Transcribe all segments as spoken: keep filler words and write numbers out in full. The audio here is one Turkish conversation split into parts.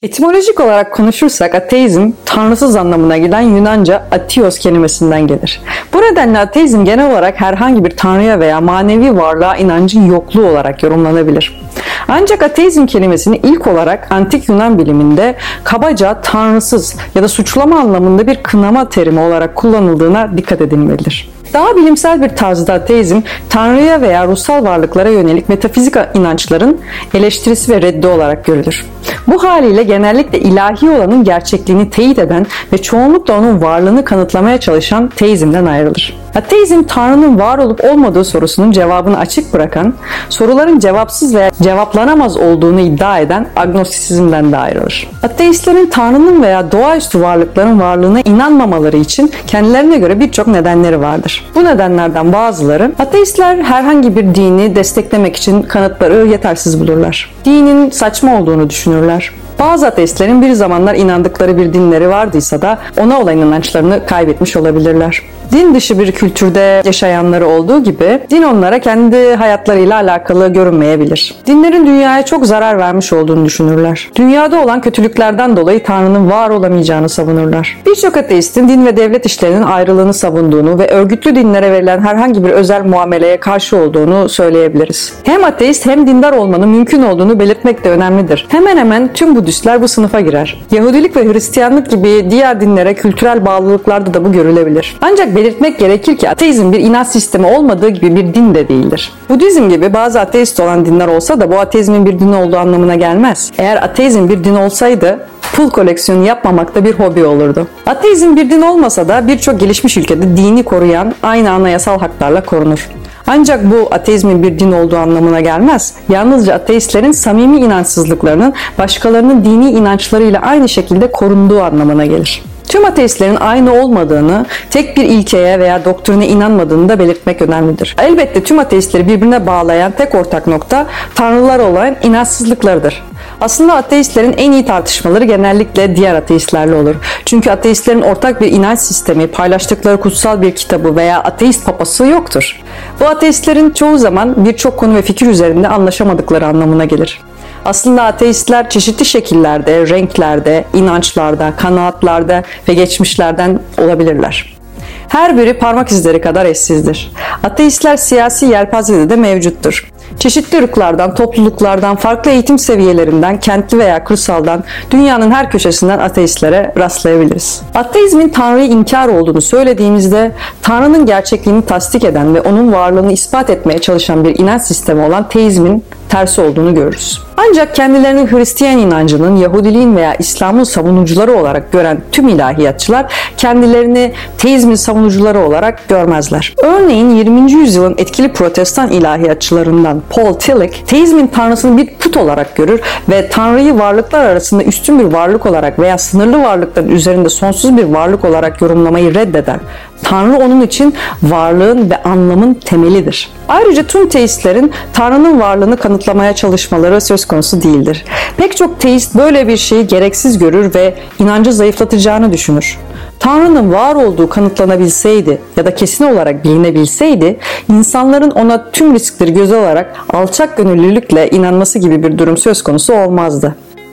Etimolojik olarak konuşursak ateizm, tanrısız anlamına gelen Yunanca ateos kelimesinden gelir. Bu nedenle ateizm genel olarak herhangi bir tanrıya veya manevi varlığa inancın yokluğu olarak yorumlanabilir. Ancak ateizm kelimesini ilk olarak antik Yunan biliminde kabaca tanrısız ya da suçlama anlamında bir kınama terimi olarak kullanıldığına dikkat edilmelidir. Daha bilimsel bir tarzda ateizm, tanrıya veya ruhsal varlıklara yönelik metafizik inançların eleştirisi ve reddi olarak görülür. Bu haliyle genellikle ilahi olanın gerçekliğini teyit eden ve çoğunlukla onun varlığını kanıtlamaya çalışan teizmden ayrılır. Ateizm, Tanrı'nın var olup olmadığı sorusunun cevabını açık bırakan, soruların cevapsız veya cevaplanamaz olduğunu iddia eden agnostisizmden de ayrılır. Ateistlerin Tanrı'nın veya doğaüstü varlıkların varlığına inanmamaları için kendilerine göre birçok nedenleri vardır. Bu nedenlerden bazıları, ateistler herhangi bir dini desteklemek için kanıtları yetersiz bulurlar. Dinin saçma olduğunu düşünürler. Bazı ateistlerin bir zamanlar inandıkları bir dinleri vardıysa da ona olan inançlarını kaybetmiş olabilirler. Din dışı bir kültürde yaşayanları olduğu gibi din onlara kendi hayatlarıyla alakalı görünmeyebilir. Dinlerin dünyaya çok zarar vermiş olduğunu düşünürler. Dünyada olan kötülüklerden dolayı Tanrı'nın var olamayacağını savunurlar. Birçok ateistin din ve devlet işlerinin ayrılığını savunduğunu ve örgütlü dinlere verilen herhangi bir özel muameleye karşı olduğunu söyleyebiliriz. Hem ateist hem dindar olmanın mümkün olduğunu belirtmek de önemlidir. Hemen hemen tüm Budistler bu sınıfa girer. Yahudilik ve Hristiyanlık gibi diğer dinlere kültürel bağlılıklarda da bu görülebilir. Ancak belirtmek gerekir ki ateizm bir inanç sistemi olmadığı gibi bir din de değildir. Budizm gibi bazı ateist olan dinler olsa da bu ateizmin bir din olduğu anlamına gelmez. Eğer ateizm bir din olsaydı pul koleksiyonu yapmamak da bir hobi olurdu. Ateizm bir din olmasa da birçok gelişmiş ülkede dini koruyan aynı anayasal haklarla korunur. Ancak bu ateizmin bir din olduğu anlamına gelmez. Yalnızca ateistlerin samimi inançsızlıklarının başkalarının dini inançlarıyla aynı şekilde korunduğu anlamına gelir. Tüm ateistlerin aynı olmadığını, tek bir ilkeye veya doktrine inanmadığını da belirtmek önemlidir. Elbette tüm ateistleri birbirine bağlayan tek ortak nokta tanrılar olan inançsızlıklarıdır. Aslında ateistlerin en iyi tartışmaları genellikle diğer ateistlerle olur. Çünkü ateistlerin ortak bir inanç sistemi, paylaştıkları kutsal bir kitabı veya ateist papası yoktur. Bu ateistlerin çoğu zaman birçok konu ve fikir üzerinde anlaşamadıkları anlamına gelir. Aslında ateistler çeşitli şekillerde, renklerde, inançlarda, kanaatlarda ve geçmişlerden olabilirler. Her biri parmak izleri kadar eşsizdir. Ateistler siyasi yelpazede de mevcuttur. Çeşitli ırklardan, topluluklardan, farklı eğitim seviyelerinden, kentli veya kırsaldan, dünyanın her köşesinden ateistlere rastlayabiliriz. Ateizmin Tanrı'yı inkar olduğunu söylediğimizde, Tanrı'nın gerçekliğini tasdik eden ve onun varlığını ispat etmeye çalışan bir inanç sistemi olan teizmin tersi olduğunu görürüz. Ancak kendilerini Hristiyan inancının, Yahudiliğin veya İslam'ın savunucuları olarak gören tüm ilahiyatçılar kendilerini teizmin savunucuları olarak görmezler. Örneğin yirminci yüzyılın etkili protestan ilahiyatçılarından Paul Tillich, teizmin tanrısını bir put olarak görür ve Tanrı'yı varlıklar arasında üstün bir varlık olarak veya sınırlı varlıkların üzerinde sonsuz bir varlık olarak yorumlamayı reddeder. Tanrı onun için varlığın ve anlamın temelidir. Ayrıca tüm teistlerin Tanrı'nın varlığını kanıtlamaya çalışmaları söz konusu değildir. Pek çok teist böyle bir şeyi gereksiz görür ve inancı zayıflatacağını düşünür. Tanrı'nın var olduğu kanıtlanabilseydi ya da kesin olarak bilinebilseydi, insanların ona tüm riskleri göze alarak alçak gönüllülükle inanması gibi bir durum söz konusu olmazdı.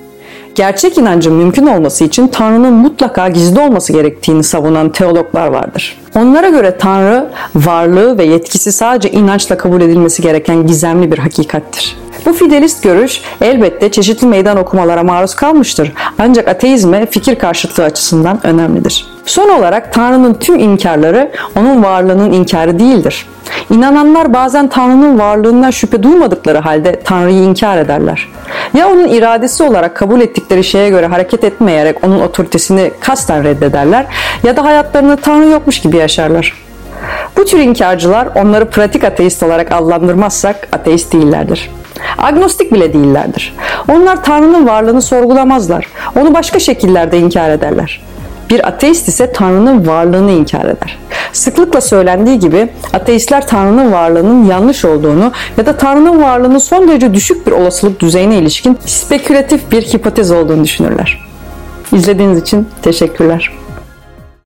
Gerçek inancın mümkün olması için Tanrı'nın mutlaka gizli olması gerektiğini savunan teologlar vardır. Onlara göre Tanrı, varlığı ve yetkisi sadece inançla kabul edilmesi gereken gizemli bir hakikattir. Bu fidelist görüş elbette çeşitli meydan okumalara maruz kalmıştır. Ancak ateizme fikir karşıtlığı açısından önemlidir. Son olarak Tanrı'nın tüm inkarları onun varlığının inkarı değildir. İnananlar bazen Tanrı'nın varlığından şüphe duymadıkları halde Tanrı'yı inkar ederler. Ya onun iradesi olarak kabul ettikleri şeye göre hareket etmeyerek onun otoritesini kasten reddederler ya da hayatlarını Tanrı yokmuş gibi yaşarlar. Bu tür inkarcılar, onları pratik ateist olarak adlandırmazsak ateist değillerdir. Agnostik bile değillerdir. Onlar Tanrı'nın varlığını sorgulamazlar. Onu başka şekillerde inkar ederler. Bir ateist ise Tanrı'nın varlığını inkar eder. Sıklıkla söylendiği gibi ateistler Tanrı'nın varlığının yanlış olduğunu ya da Tanrı'nın varlığının son derece düşük bir olasılık düzeyine ilişkin spekülatif bir hipotez olduğunu düşünürler. İzlediğiniz için teşekkürler.